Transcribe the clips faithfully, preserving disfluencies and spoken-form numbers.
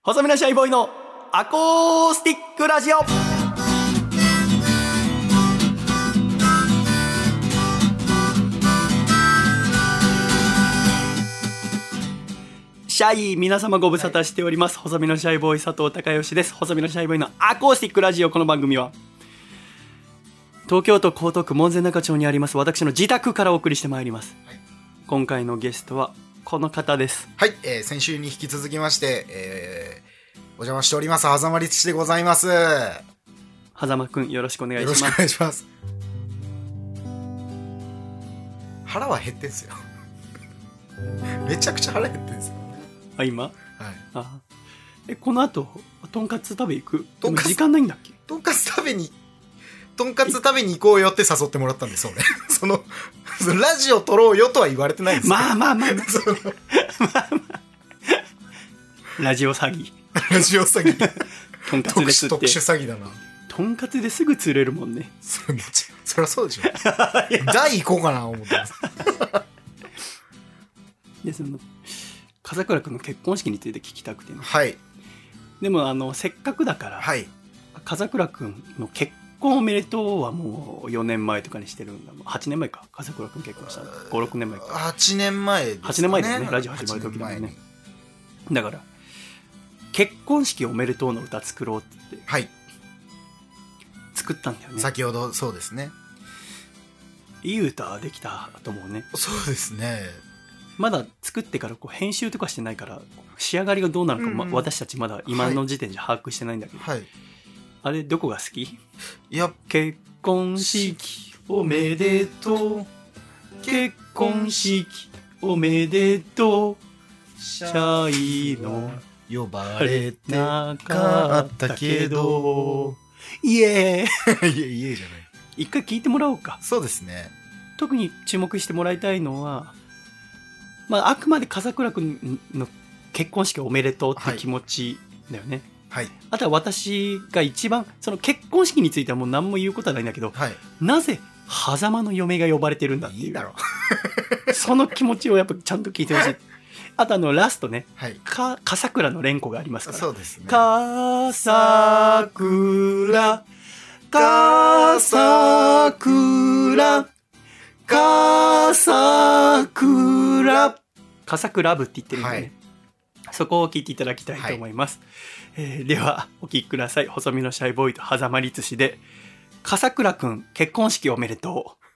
細身のシャイボーイのアコースティックラジオ。シャイ皆様ご無沙汰しております、はい、細身のシャイボーイ佐藤孝義です。細身のシャイボーイのアコースティックラジオ。この番組は東京都江東区門前仲町にあります私の自宅からお送りしてまいります、はい、今回のゲストはこの方です。 はい、えー、先週に引き続きまして、えー、お邪魔しております狭間律師でございます。 狭間くんよろしくお願いします。 よろしくお願いします。腹は減ってんすよめちゃくちゃ腹減ってんすよ。 あ、今、はい、あえこの後とんかつ食べ行く？ とんかつ時間ないんだっけ？ とんかつ食べにとんかつ食べに行こうよって誘ってもらったんですよねそのラジオ撮ろうよとは言われてないんですよ。 まあまあまあまあまあまあラジオ詐欺ラジオ詐欺とんかつですって特殊詐欺だな。 とんかつですぐ釣れるもんね。 それもちそりゃそうでしょ大行こうかな思ってますでその笠倉君の結婚式について聞きたくてね。 はい。 でもあのせっかくだから、はい、笠倉君の結婚おめでとうはもうよねんまえとかにしてるんだ。はちねんまえか。笠倉君結婚したのご、ろくねんまえか。 はちねんまえですね。 はちねんまえだよね、ラジオ始まる時だもんね。だから結婚式おめでとうの歌作ろうって言って、はい、作ったんだよね。 先ほど。そうですね。 いい歌できたと思うね。 そうですね。まだ作ってからこう編集とかしてないから仕上がりがどうなのか、うんうんま、私たちまだ今の時点で把握してないんだけど、はい、あれどこが好き？いや結婚式おめでとう結婚式おめでとうシャイの呼ばれなかったけどイエーイイエイイエーじゃない。 一回聞いてもらおうか。 そうですね。 特に注目してもらいたいのは、まあ、あくまで笠倉君の結婚式おめでとうって気持ちだよね、はい、あとは私が一番その結婚式についてはもう何も言うことはないんだけど、はい、なぜ狭間の嫁が呼ばれてるんだっていう、いいだろその気持ちをやっぱちゃんと聞いてほしいあとあのラストね、はい、か笠倉の連呼がありますから。 そうですね。 笠倉笠倉笠倉笠倉部って言ってるんでね、はい、そこを聞いていただきたいと思います、はいえー、ではお聞きください。細身のシャイボーイと狭間律師で笠倉くん結婚式おめでとう。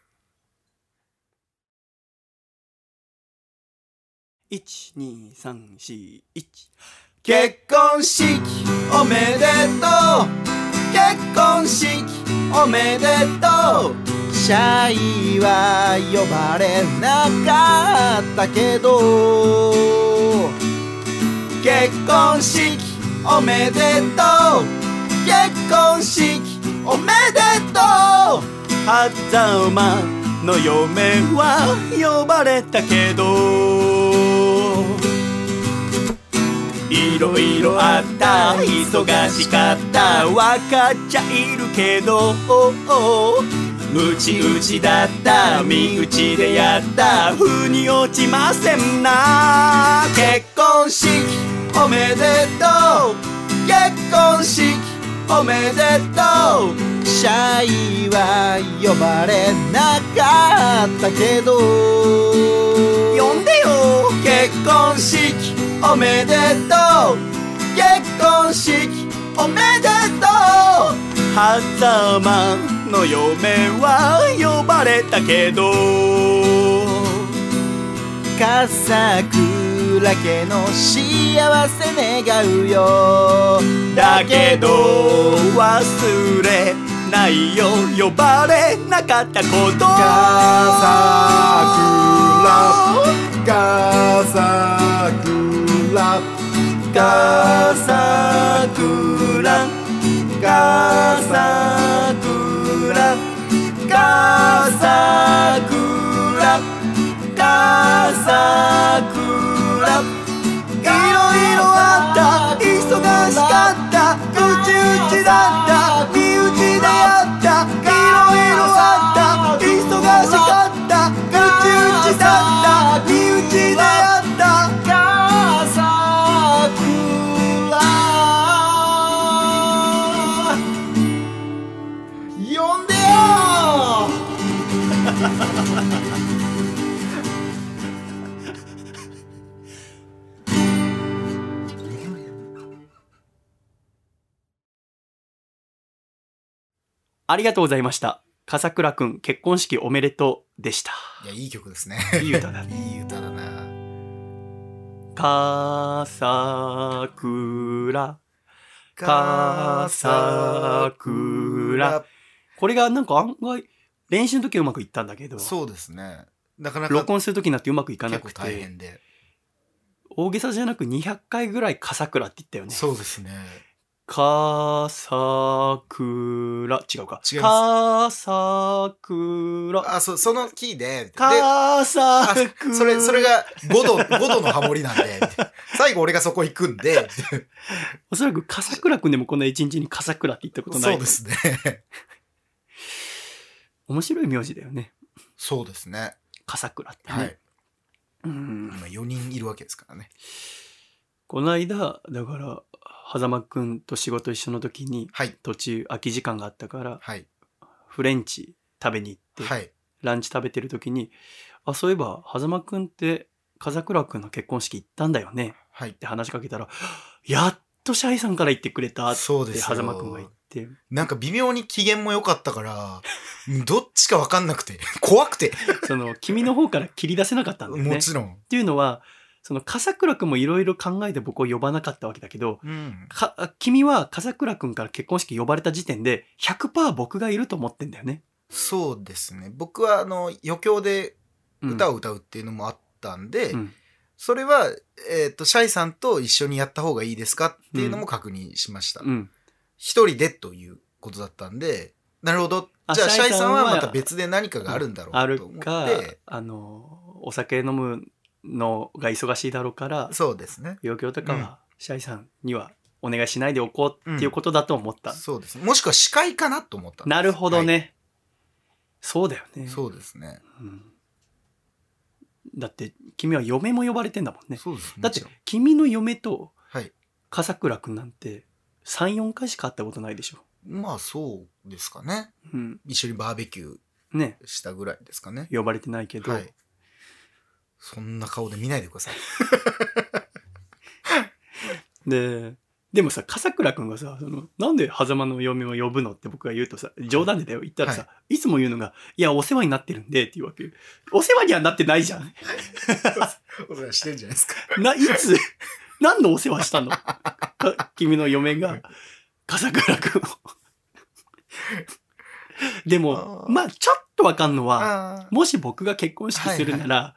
いちにさんしいち結婚式おめでとう結婚式おめでとうシャイは呼ばれなかったけど結婚式おめでとう結婚式おめでとう狭間の嫁は呼ばれたけどいろいろあった忙しかったわかっちゃいるけどムチ打ちだった身内でやった風に落ちませんな。結婚式おめでとう結婚式おめでとうシャイは呼ばれなかったけど呼んでよ結婚式おめでとう結婚式おめでとう狭間の嫁は呼ばれたけど笠倉家の幸せ願うよだけど忘れないよ呼ばれなかったこと笠倉笠倉笠倉笠倉笠倉笠倉いろいろあった忙しかったうちうちだった身内でやったいろいろあった忙しかったうちうちだった身内でやった笠倉ありがとうございました。笠倉くん結婚式おめでとうでした。 いや、いい曲ですね。 いい歌だね。 いい歌だな。 笠倉笠倉、これがなんか案外練習の時はうまくいったんだけど、 そうですね。なかなか録音する時になってうまくいかなくて、 結構大変で、 大げさじゃなくにひゃっかいぐらい笠倉って言ったよね。 そうですね。 笠倉、違うか。 違います。 笠倉。 あ、そそのキーで、 笠倉。 それそれがごどごどのハモリなんで、最後俺がそこ行くんで、 おそらく笠倉くんでもこんな一日に笠倉って言ったことない。 そうですね。 面白い名字だよね。 そうですね。 笠倉ってね。 はい。 うん、 今よにんいるわけですからね。 この間だから狭間くんと仕事一緒の時に、 はい、 途中空き時間があったから、 はい、 フレンチ食べに行って、 はい、 ランチ食べてる時に、あ、そういえば狭間くんって笠倉くんの結婚式行ったんだよね、はい、って話しかけたら、やっとシャイさんから言ってくれたって狭間くんが言って、 なんか微妙に機嫌も良かったからどっちか分かんなくて怖くてその君の方から切り出せなかったんだよね。 もちろん。 っていうのはその笠倉くんもいろいろ考えて僕を呼ばなかったわけだけど、うん、か君は笠倉くんから結婚式呼ばれた時点で ひゃくパーセント 僕がいると思ってんだよね。 そうですね。僕はあの余興で歌を歌うっていうのもあったんで、うん、それは、えーと、シャイさんと一緒にやった方がいいですかっていうのも確認しました。うん、一人でということだったんで、なるほど。じゃあシャイさんはまた別で何かがあるんだろうと思って、うん、あるか、 あのお酒飲むのが忙しいだろうから、 そうですね。 余興とかはシャイさんにはお願いしないでおこうっていうことだと思った。 うん、そうですね。もしくは司会かなと思った。 なるほどね。はい、そうだよね。 そうですね。うん、 だって君は嫁も呼ばれてんだもんね。 そうですね。 だって君の嫁と笠倉くんなんてさん、よんかいしか会ったことないでしょ。 まあそうですかね。うん、一緒にバーベキューしたぐらいですかね。 呼ばれてないけど。はい、 そんな顔で見ないでください。 で、でもさ、笠倉くんがさ、そのなんで狭間の嫁を呼ぶのって僕が言うとさ、冗談でだよ言ったらさ、はい、いつも言うのが、いやお世話になってるんでっていうわけ。お世話にはなってないじゃん。 お世話してんじゃないですか。 な、いつ何のお世話したの？君の嫁が笠倉くんを。でも、まあちょっとわかんのは、もし僕が結婚式するなら、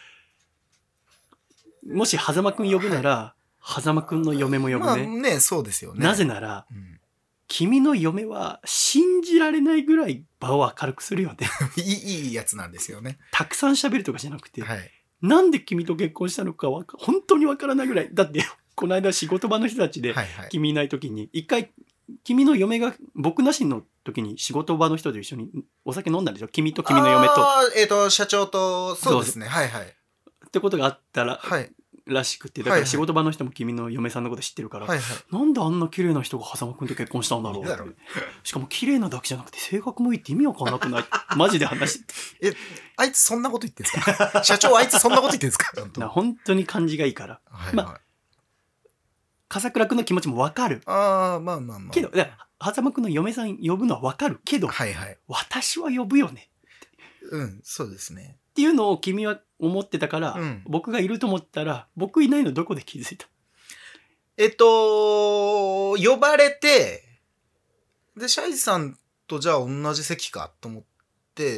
はいはい、もし狭間くん呼ぶなら、狭間くんの嫁も呼ぶね。 まあね、そうですよね。 なぜなら、うん、君の嫁は信じられないぐらい場を明るくするよね。 いい、いいやつなんですよね。 たくさん喋るとかじゃなくて、 はい、 なんで君と結婚したのかは本当にわからないぐらい。だって、この間仕事場の人たちで、君いない時に、一回、君の嫁が僕なしの時に仕事場の人と一緒にお酒飲んだんでしょ？君と君の嫁と。 ああ、えっと、社長と、そうですね。はいはい。 ってことがあったら、 はい、 らしくて、だから仕事場の人も君の嫁さんのこと知ってるから、はいはい、なんであんな綺麗な人が狭間くんと結婚したんだろうって。しかも綺麗なだけじゃなくて性格もいいって意味わかんなくない？マジで話して。 え、あいつそんなこと言ってんすか？社長あいつそんなこと言ってんすか？ 本当に感じがいいから。はいはい、まあ、笠倉くんの気持ちもわかる。 ああ、まあまあまあ。 けど、狭間くんの嫁さん呼ぶのはわかるけど、 はいはい、 私は呼ぶよね。 うん、そうですね。 っていうのを君は思ってたから、うん、僕がいると思ったら、僕いないのどこで気づいた？ えっと、呼ばれて、で、シャイさんとじゃあ同じ席かと思って、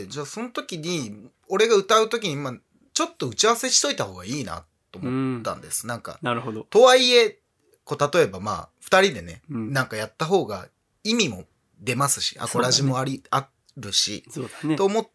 じゃあその時に、俺が歌う時に、まあ、ちょっと打ち合わせしといた方がいいなと思ったんです。うん、なんか、 なるほど。 とはいえ、こう例えばまあ、二人でね、うん、なんかやった方が意味も出ますし、アコラジもあり、ね、あるし、 そうだね、 と思って、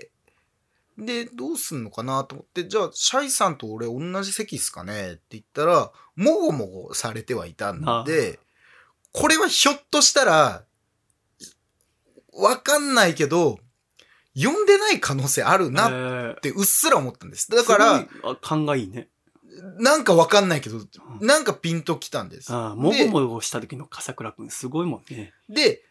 で、どうすんのかなと思って、じゃあ、シャイさんと俺同じ席っすかねって言ったら、もごもごされてはいたんで、これはひょっとしたら、わかんないけど、呼んでない可能性あるなってうっすら思ったんです。だから、 勘がいいね。 なんかわかんないけど、なんかピンときたんです。 ああ、もごもごした時の笠倉くんすごいもんね。 で、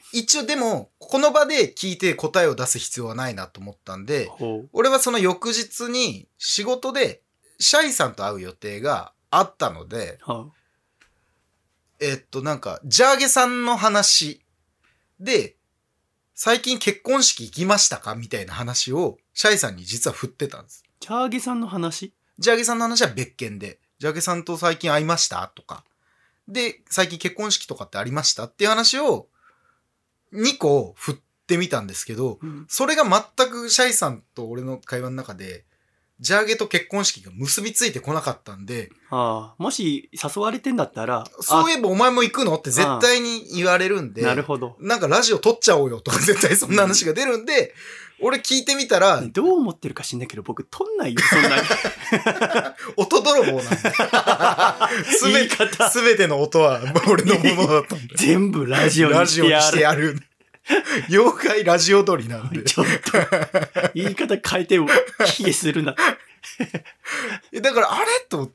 一応でも、この場で聞いて答えを出す必要はないなと思ったんで、俺はその翌日に仕事でシャイさんと会う予定があったので、はあ、えっとなんか、ジャーゲさんの話で、最近結婚式行きましたかみたいな話をシャイさんに実は振ってたんです。 ジャーゲさんの話？ ジャーゲさんの話は別件で、ジャーゲさんと最近会いましたとか、で、最近結婚式とかってありましたっていう話をにこ振ってみたんですけど、うん、それが全くシャイさんと俺の会話の中で、ジャーゲと結婚式が結びついてこなかったんで、 ああ、もし誘われてんだったら、 そういえばお前も行くのって絶対に言われるんで、 なるほど。 なんかラジオ撮っちゃおうよとか絶対そんな話が出るんで、うん、俺聞いてみたら、 どう思ってるか知んないけど僕撮んないよ、そんなに。 音泥棒なんで。すべて、すべての音は俺のものだったんで。 全部ラジオにしてやる。 ラジオにしてやる。妖怪ラジオ撮りなんで。 ちょっと、言い方変えても、卑下するな。 だから、あれと思って、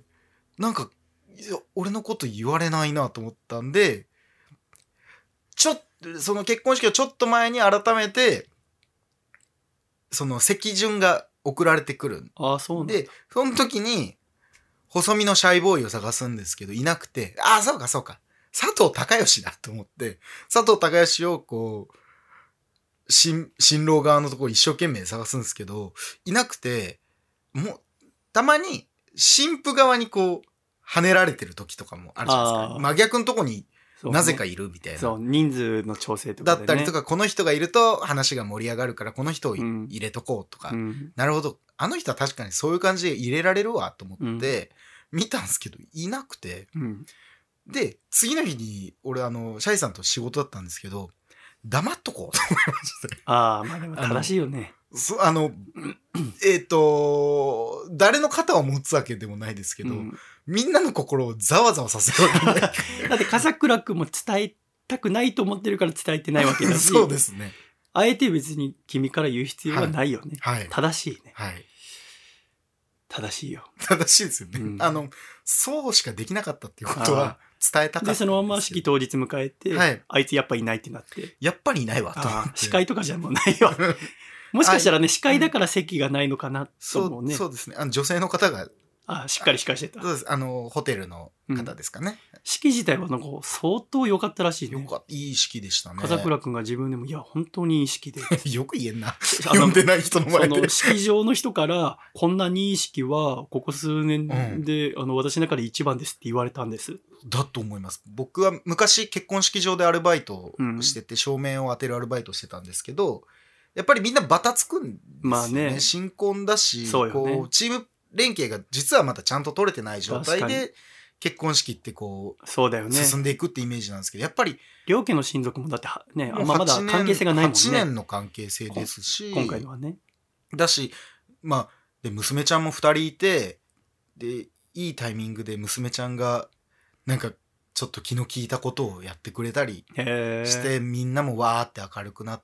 なんか、俺のこと言われないなと思ったんで、ちょっと、その結婚式をちょっと前に改めて、その席順が送られてくる。 ああ、そうなんだ。 で、その時に、細身のシャイボーイを探すんですけど、いなくて、ああ、そうかそうか。佐藤孝義だと思って、佐藤孝義をこう、新、新郎側のところ一生懸命探すんですけど、いなくて、もう、たまに、新婦側にこう、跳ねられてる時とかもあるじゃないですか。真逆のとこになぜかいるみたいな。 そう、ね、そう人数の調整とか、 ね。だったりとか、この人がいると話が盛り上がるから、この人を、うん、入れとこうとか、うん。なるほど。あの人は確かにそういう感じで入れられるわと思って、見たんですけど、いなくて、うん、で、次の日に、俺、あの、シャイさんと仕事だったんですけど、黙っとこうと思いました。 ああ、まあでも正しいよね。 そあの、えっと、誰の肩を持つわけでもないですけど、うん、みんなの心をざわざわさせるわけね。 だって笠倉くんも伝えたくないと思ってるから伝えてないわけだし。 そうですね。 あえて別に君から言う必要はないよね。 はい。 正しいね。 はい。 正しいよ。 正しいですよね。うん、あの、そうしかできなかったっていうことは伝えたかった。 で、そのまま式当日迎えて、はい、あいつやっぱいないってなって。 やっぱりいないわと思って。 司会とかじゃもうないわ。もしかしたらね、司会だから席がないのかなと思うね。 そう、そうですね。あの女性の方が。 あ、しっかり司会してた。 そうです。あの、ホテルの方ですかね。 うん、式自体はなんか相当良かったらしいね。 よかった。いい式でしたね。 笠倉くんが自分でも、いや、本当にいい式で。 よく言えんな。呼んでない人の前で。 その式場の人から、こんなにいい式は、ここ数年で、うん、あの、私の中で一番ですって言われたんです。 だと思います。僕は昔結婚式場でアルバイトしてて、うん、照明を当てるアルバイトしてたんですけど、やっぱりみんなバタつくんですよね。まあね。新婚だし、そうよね、こう、チーム連携が実はまだちゃんと取れてない状態で、結婚式ってこう、 そうだよね。 進んでいくってイメージなんですけど、やっぱり、 両家の親族もだってね、あんままだ関係性がないもんね。 はちねんの関係性ですし、 今回のはね。 だし、まあ、で、娘ちゃんも二人いて、で、いいタイミングで娘ちゃんが、なんか、ちょっと気の利いたことをやってくれたりして、みんなもわーって明るくなって、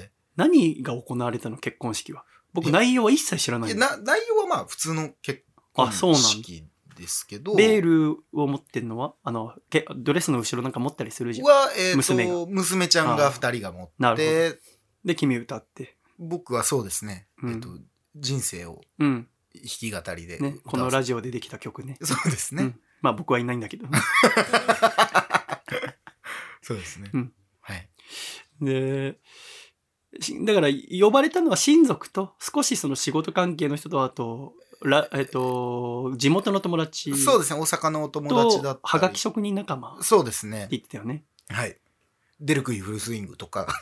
何が行われたの結婚式は。僕内容は一切知らない。 な内容はまあ普通の結婚式ですけど。 ベールを持ってるのはあのドレスの後ろなんか持ったりするじゃん。 は、えー、と娘が娘ちゃんが二人が持って。なるほど。 で君歌って。 僕はそうですね。うん、えっと人生を弾き語りで、 ね、このラジオでできた曲ね。 そうですね。うん、 まあ僕はいないんだけど。 そうですね。 うん、 はい。 で。だから呼ばれたのは親族と少しその仕事関係の人とあとら、えっと、地元の友達そうですね大阪のお友達だったりはがき職人仲間そうですねって言ってたよね。 はいデルクイフルスイングとか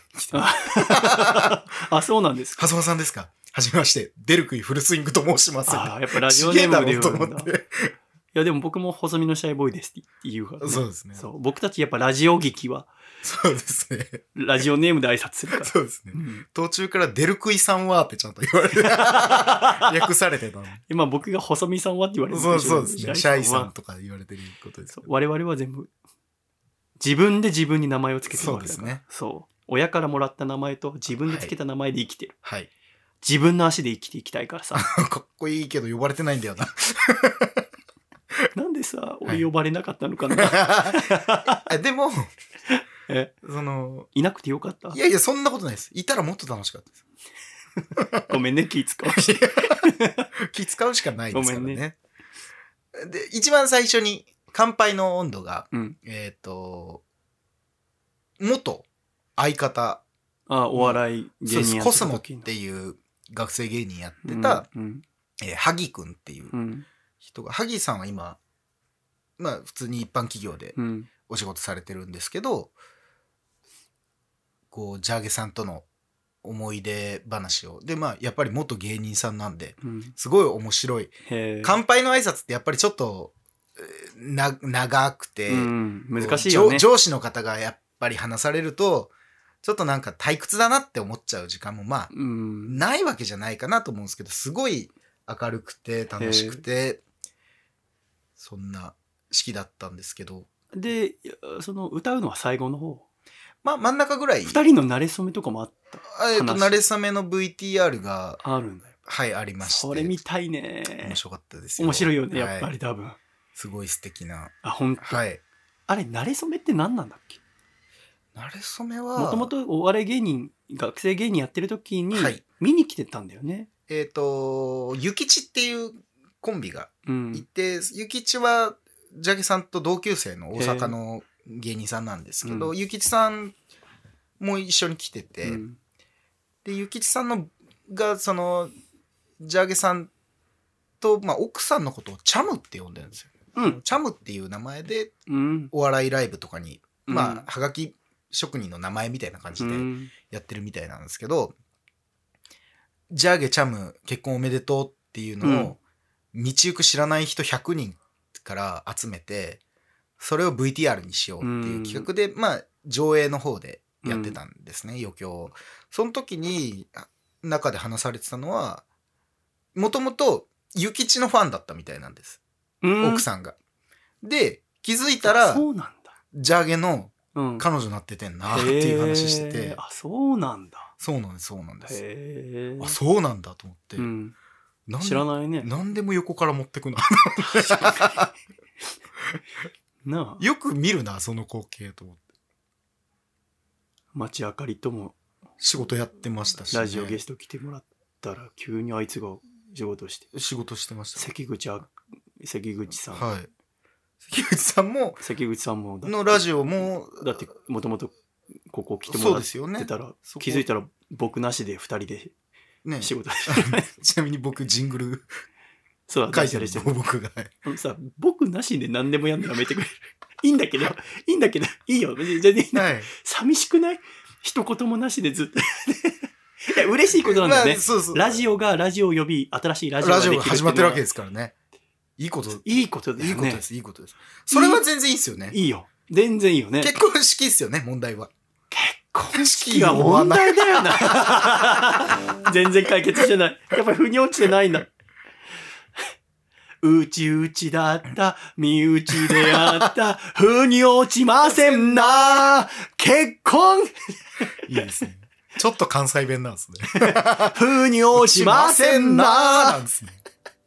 あそうなんですか。 はすまさんですか。はじめましてデルクイフルスイングと申します。 あやっぱラジオネームで言うんだ。いやでも僕も細身のシャイボーイですって言うから、ね、 そうですね。 そう僕たちやっぱラジオ劇はそうですね。 ラジオネームで挨拶するから。 そうですね。うん、途中からデルクイさんはってちゃんと言われて略されてたの。 今僕が細身さんはって言われてる。 そうそうですね。シャイさんとか言われてることです。 我々は全部自分で自分に名前をつけてるわけだから。そうですね。そう。親からもらった名前と自分でつけた名前で生きてる。 はい。 自分の足で生きていきたいからさ。 かっこいいけど呼ばれてないんだよな。 なんでさ、俺呼ばれなかったのかな。 はい、でも、 え、 その、 いなくてよかったいやいや、そんなことないです。いたらもっと楽しかったです。 ごめんね、気使うし。 気使うしかないですからね。 ごめんねで、一番最初に乾杯の温度が、 うん。 えっ、と、元相方、 あ、お笑い芸人やってコスモった時のていう学生芸人やってた、 うんえー、萩くんっていううん人が、萩さんは今、まあ普通に一般企業でうんお仕事されてるんですけど、こう、ジャーゲさんとの思い出話を。で、まあやっぱり元芸人さんなんで、 うんすごい面白い。 へー乾杯の挨拶ってやっぱりちょっと、えーな、長くて、 うん難しいよね。 上上司の方がやっぱり話されると、ちょっとなんか退屈だなって思っちゃう時間もまあ、 うんないわけじゃないかなと思うんですけど、すごい明るくて楽しくて、そんな式だったんですけど、 で、いやその歌うのは最後の方。 まあ真ん中ぐらい、 二人の馴れ初めとかもあった。 あえっと、 話慣れ初めの ブイティーアール が、 あるんだよ。 はい、ありまして。 それ見たいね。 面白かったですよ。 面白いよね、やっぱはいり多分。 すごい素敵な。 あ、ほんと。 はい。 あれ、馴れ初めって何なんだっけ？ 慣れ初めは、 もともとお笑い芸人、学生芸人やってる時にはい見に来てたんだよね。 えっと、ゆきちっていうコンビがうんいて、ゆきちは、ジャゲさんと同級生の大阪の芸人さんなんですけど、 うんゆきちさんも一緒に来てて、 うんで、ゆきちさんのが、その、ジャゲさんと、まあ、奥さんのことをチャムって呼んでるんですよ。 うんチャムっていう名前で、 うんお笑いライブとかに、 うんまあ、はがき職人の名前みたいな感じでうんやってるみたいなんですけど、ジャーゲチャム結婚おめでとうっていうのを、道行く知らない人ひゃくにんから集めて、それを ブイティーアール にしようっていう企画で、まあ、上映の方でやってたんですね、余興を。その時に、中で話されてたのは、もともと、ゆきちのファンだったみたいなんです。 うん奥さんが。で、気づいたら、 そうなんだ。 ジャーゲのうん彼女になっててんなっていう話しててへー、あ、そうなんだ。 そうなんです、そうなんです。 へーあ、そうなんだと思って。 うんなん知らないね。 なんでも横から持ってくな。 なあ、 よく見るな、その光景と思って。 町あかりとも仕事やってましたし、ね。 ラジオゲスト来てもらったら、急にあいつが仕事して。 仕事してました。 関口あ、関口さん。 はい。関口さんも、 関口さんもだのラジオも、 だってもともとここ来てもそうらっですよねてたら、 そこ気づいたら僕なしで二人でね、 仕事ちなみに僕、ジングルそう書いてる出したりしての僕が。 あのさ、僕なしで何でもやんのやめてくれる。いいんだけど、いいんだけど、いいよ。別に全然いいんだはい。 寂しくない？一言もなしでずっと。いや、嬉しいことなんだよね。 まあそうそう。 ラジオがラジオを呼び、新しいラジオがラジオできるが始まってるわけでですからね。いいこと、 いいことだよね。 いいことです、いいことです。それは全然いいですよね。 いいよ。全然いいよね。 結婚式ですよね、問題は。 結婚式は問題だよな。全然解決してない。やっぱり腑に落ちてないんだ。うちうちだった、身内でやった、腑に落ちませんな。結婚いいですね。ちょっと関西弁なんですね。 腑に落ちませんな。 なんですね。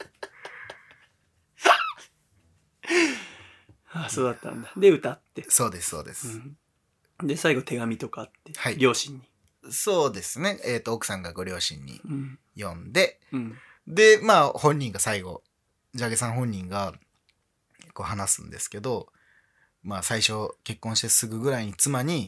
あ、そうだったんだ。で、歌って。 そうです、そうです。 うんで、最後手紙とかあって、 はい両親に。 そうですね。えっ、と、奥さんがご両親にうん。 読んで、 うん。 で、まあ、本人が最後、ジャゲさん本人が、こう話すんですけど、まあ、最初、結婚してすぐぐらいに妻に、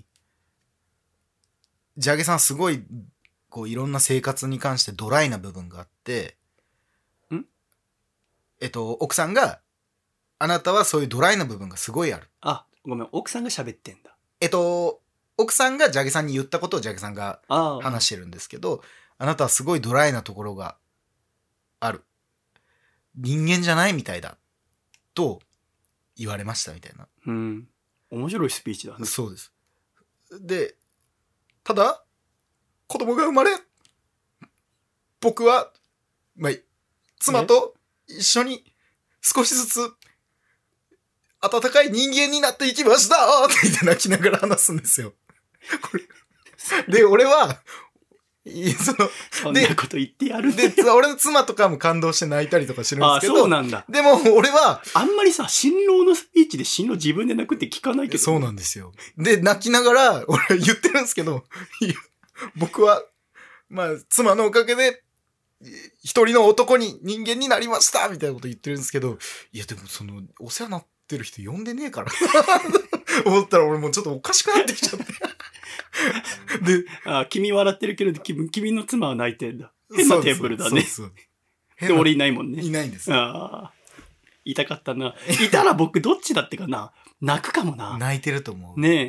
ジャゲさんすごい、こう、いろんな生活に関してドライな部分があって、 んえっと、奥さんが、あなたはそういうドライな部分がすごいある。 あ、ごめん、奥さんが喋ってんだ。 えっと、奥さんがジャゲさんに言ったことをジャゲさんがああ。 話してるんですけど、あなたはすごいドライなところがある。人間じゃないみたいだ。と言われましたみたいな。 うん。面白いスピーチだね。 そうです。で、ただ、子供が生まれ、僕は、まあ、妻と一緒に少しずつ温かい人間になっていきましたって言って泣きながら話すんですよ。これで、俺は、 いその、 そんなこと言ってやるで、 ね。 つ俺の妻とかも感動して泣いたりとかしてるんでああ、 すけど、 そうなんだ。 でも俺は、 あんまりさ、新郎のスピーチで新郎自分で泣くって聞かないけど。 そうなんですよ。で、泣きながら、俺は言ってるんですけど、いや僕は、まあ、妻のおかげで、一人の男に人間になりましたみたいなこと言ってるんですけど、いやでもその、お世話になってる人呼んでねえから思ったら俺もうちょっとおかしくなってきちゃって。で、 ああ、君笑ってるけど、君、君の妻は泣いてんだ。変なテーブルだね。 そうそうで、俺いないもんね。 いないんです。 ああ。痛かったな。いたら僕どっちだってかな。泣くかもな。 泣いてると思う。 ねえ。 うん、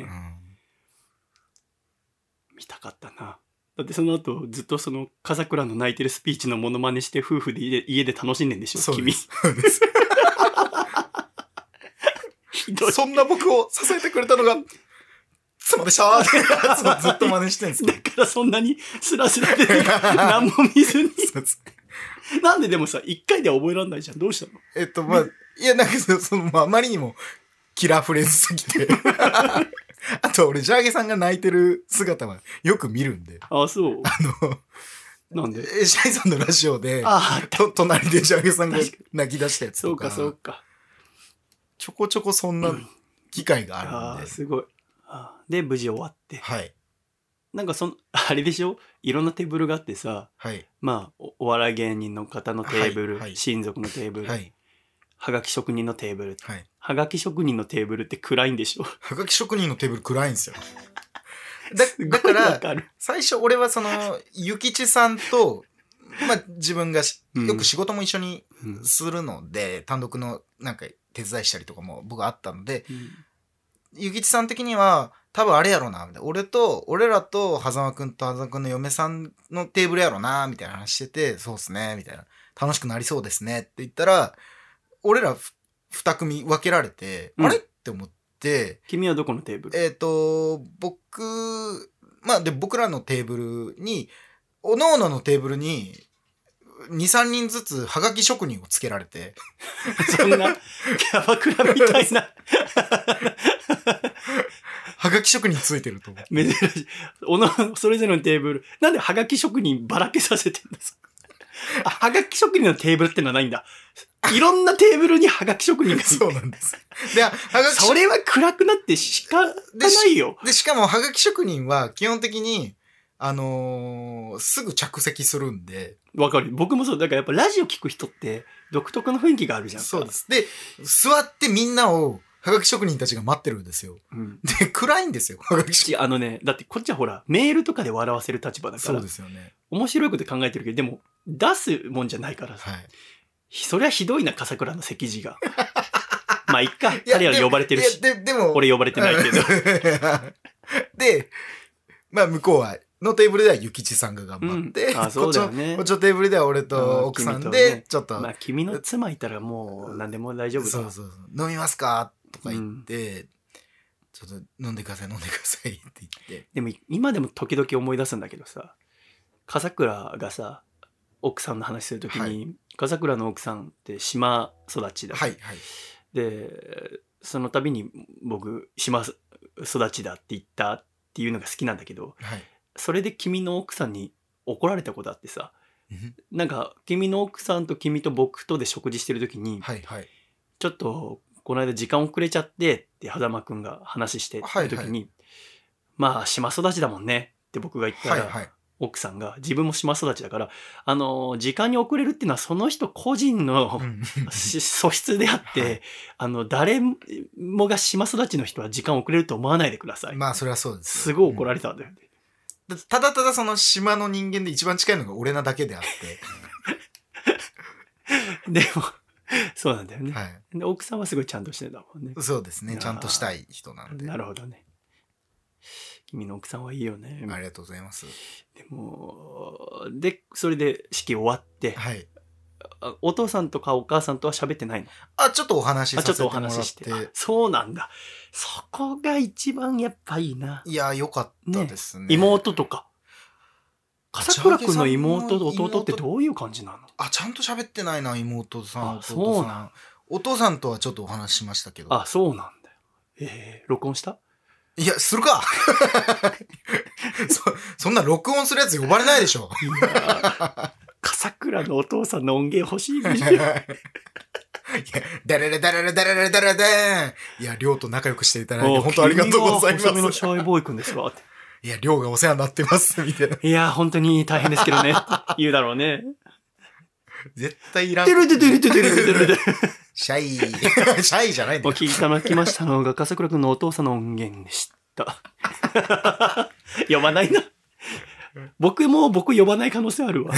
見たかったな。だってその後ずっとその風倉の泣いてるスピーチのモノマネして夫婦で家で家で楽しんでんでしょ、君。 そうです。そうですひどい。 そんな僕を支えてくれたのが、妻でしたってずっと真似してるんですだからそんなにスラスラで何も見ずに。 そうですなんででもさ、一回では覚えられないじゃん。どうしたの？ えっと、まあ、いや、なんかそその、まあ、あまりにもキラーフレーズすぎて。あと、俺、ジャーゲさんが泣いてる姿はよく見るんで。 ああ、そう。 あの、 なんで？ えシャイさんのラジオで、 ああ、 と隣でジャーゲさんが泣き出したやつとか、 そうか、そうか。 ちょこちょこそんな機会があるんで。 ああ、すごい。ああで、無事終わって。 はい。 なんかその、あれでしょ？いろんなテーブルがあってさ、 はい。 まあ、おお笑い芸人の方のテーブル、 はいはい親族のテーブル、 はい。 はがき職人のテーブル。 はい。 はがき職人のテーブルって暗いんでしょ？ はがき職人のテーブル暗いんですよ。 すごいだだから、 わかる。 最初俺はその、ゆきちさんと、まあ自分がしうんよく仕事も一緒にうんするので、単独のなんか手伝いしたりとかも僕あったので、ゆきちさん的には、多分あれやろな、みたいな。俺と、俺らと、狭間くんと狭間くんの嫁さんのテーブルやろな、みたいな話してて、そうっすね、みたいな。楽しくなりそうですね、って言ったら、俺らふ二組分けられて、 うんあれって思って、 君はどこのテーブル？ えっ、と、僕、まあ、で、僕らのテーブルに、おのおののテーブルに、に、さんにんずつ、はがき職人をつけられて。 そんな、キャバクラみたいな。 はがき職人ついてると思う。 珍しい。おの、それぞれのテーブル。なんではがき職人ばらけさせてんだあ、はがき職人のテーブルってのはないんだ。いろんなテーブルにはがき職人がいる。 そうなんです。で、はがきそれは暗くなってしかないよ。 で、しかも、はがき職人は基本的に、あのー、すぐ着席するんで。 わかる。僕もそう。だからやっぱラジオ聞く人って独特の雰囲気があるじゃん。 そうです。で、座ってみんなを、はがき職人たちが待ってるんですよ。 うん。 で、暗いんですよ。はがき職人。 あのね、だってこっちはほら、メールとかで笑わせる立場だかそうら、 ですよね。 面白いこと考えてるけど、でも、出すもんじゃないからさ。 はい。 そりゃひどいな、笠倉の席次が。まあ、いっか。 いや彼ら呼ばれてるし。 いやで、でも、 俺呼ばれてないけど。 で、まあ、向こうは、のテーブルではゆきちさんが頑張って、 うんあそうだよねこっちのこっちのテーブルでは俺と奥さんで、 あ君とねちょっと、 まあ、君の妻いたらもう何でも大丈夫だ。 そうそうそう、飲みますかとか言って、ちょっと飲んでください、飲んでくださいって言って。 でも今でも時々思い出すんだけどさ、笠倉がさ、奥さんの話するときに、 はい笠倉の奥さんって島育ちだ。 はい、はい。 で、その度に僕、島育ちだって言ったっていうのが好きなんだけど、 はい。 それで君の奥さんに怒られたことあってさ、なんか君の奥さんと君と僕とで食事してるときに、 はい、はい。 ちょっとこの間時間遅れちゃってって狭間くんが話してるときに、 はいはまあ島育ちだもんねって僕が言ったら、 はい、はい。 奥さんが自分も島育ちだからあの時間に遅れるっていうのはその人個人のうんし素質であって、 はいあの誰もが島育ちの人は時間遅れると思わないでください。 まあ、それはそうです。 すごい怒られたんだよね。 うんただただその島の人間で一番近いのが俺なだけであっでもそうなんだよね、 て。はい。 で奥さんはすごいちゃんとしてたもんね。 そうですね。ちゃんとしたい人なんで。 なるほどね。君の奥さんはいいよね。 ありがとうございます。 でもでそれで式終わって、 はい。 あお父さんとかお母さんとは喋ってないの？ あ、ちょっとお話しあちょっとおさせてもら話しして。あって。 そうなんだ。そこが一番やっぱいいな。 いや、よかったですね。 妹とか。笠倉くんの妹とジャーゲさんの弟ってどういう感じなの？ あ、ちゃんと喋ってないな、妹さん、 あ弟さん。 そうなんお父さんとはちょっとお話ししましたけど。 あ、そうなんだよ。ええ録音した？ いや、するかそ、そんな録音するやつ呼ばれないでしょ。 いや笠倉のお父さんの音源欲しいでしょ。 いや、ダララダララダララダラダーン。いや、りょうと仲良くしていただいて、本当ありがとうございます。 細身のシャイボーイくんですわ。 いや、りょうがお世話になってます、みたいな。 いや、本当に大変ですけどね。言うだろうね。 絶対いらん。 てるてるてるてるてるてる。 シャイ。シャイじゃないんだよ。 お聞きいただきましたのが、笠倉くんのお父さんの音源でした。呼ばないな。僕も僕呼ばない可能性あるわ。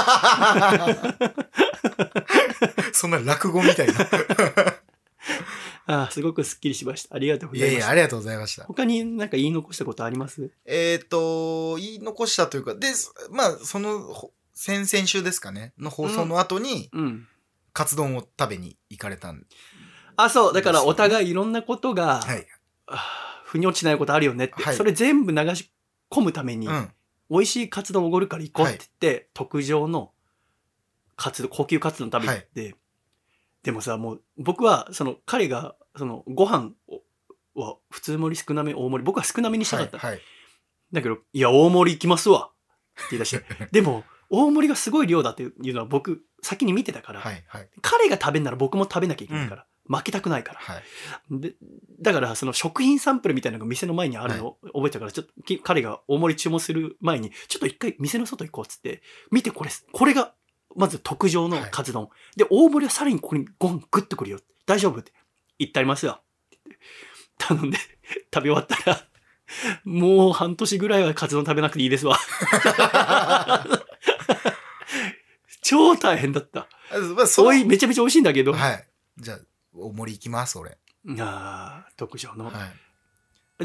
そんな落語みたいな。 ああ、すごくスッキリしました。ありがとうございました。 いやいや、ありがとうございました。 他になんか言い残したことあります？ えっと、言い残したというか、で、まあ、その、先々週ですかね、の放送の後に、 うん。 カツ丼を食べに行かれたんで。 あ、そう。だからお互いいろんなことが、 はい。 あ腑に落ちないことあるよねって、 はい、 それ全部流し込むために、うん、美味しいカツ丼おごるから行こうって言って、はい、特上のカツ丼、高級カツ丼食べて、はい、でもさ、もう僕は、その彼が、そのご飯は普通盛り少なめ、大盛り、僕は少なめにしたかった。はいはい、だけど、いや、大盛り行きますわって言い出して、でも、大盛りがすごい量だっていうのは僕、先に見てたから、はいはい、彼が食べんなら僕も食べなきゃいけないから、うん、負けたくないから、はい、でだからその食品サンプルみたいなのが店の前にあるのを覚えたから、ちょっと彼が大盛り注文する前にちょっと一回店の外行こうっつって見て、これこれがまず特上のカツ丼、はい、で大盛りはさらにここにご飯グッとくるよ、大丈夫って言ってありますよって頼んで食べ終わったら、もう半年ぐらいはカツ丼食べなくていいですわ超大変だった。まあ、おいめちゃめちゃ美味しいんだけど。 はい。じゃあ、大盛り行きます、俺。 ああ、特上の。はい。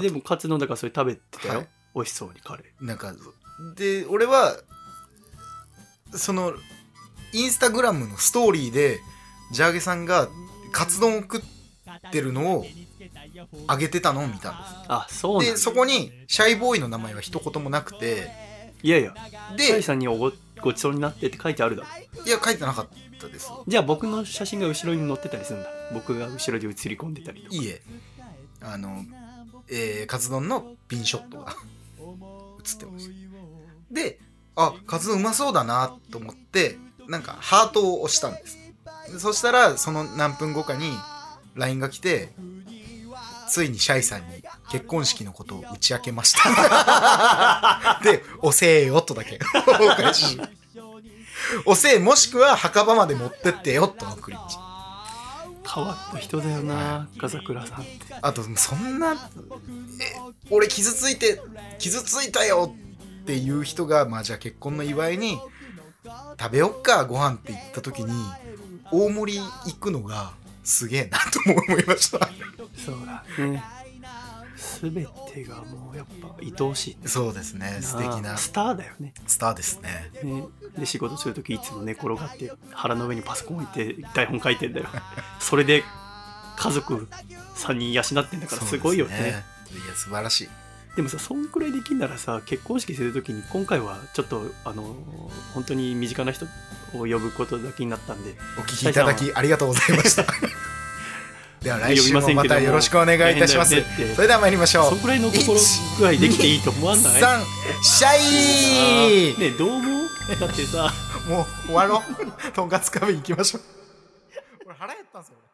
でも、カツ丼だからそれ食べてたよ。はい、美味しそうに、彼。 なんか、で、俺は、その、インスタグラムのストーリーで、ジャーゲさんがカツ丼を食ってるのを上げてたのを見たんです。 あ、そうなんだ。 で、そこに、シャイボーイの名前は一言もなくて、 いやいや、で、シャイさんにおごごちそうになってって書いてあるだろ。 いや、書いてなかったです。 じゃあ僕の写真が後ろに載ってたりするんだ。僕が後ろで写り込んでたりとか。 いいえ、あの、えー、カツ丼のピンショットが写ってました。で、あ、カツ丼うまそうだなと思って、なんかハートを押したんです。そしたら、その何分後かに ライン が来て、ついにシャイさんに結婚式のことを打ち明けましたで、おせえよとだけお返し、おせえもしくは墓場まで持ってってよと送りっち。 変わった人だよな、笠倉さんって。 あとそんな、え俺傷ついて傷ついたよっていう人が、まあじゃあ結婚の祝いに食べよっかご飯って言った時に大盛り行くのがすげえなと思いましたそうだね。すべてがもうやっぱ愛おしい、ね。 そうですね。素敵なスターだよね。 スターですね。 ねで仕事するときいつも寝転がって腹の上にパソコン置いて台本書いてんだよ。それで家族さんにん養ってんだからすごいよね。 そうですね。いや素晴らしい。 でもさ、そんくらいできんならさ、結婚式するときに今回はちょっとあの本当に身近な人を呼ぶことだけになったんで、 お聞きいただきありがとうございました。では来週もまたよろしくお願いいたします。それでは参りましょう。 そんくらいの心具合できていいと思わない？ さんシャイー。 ねえどう思う？だってさもう終わろう。とんかつカフェ行きましょう。これ腹減ったんですよ。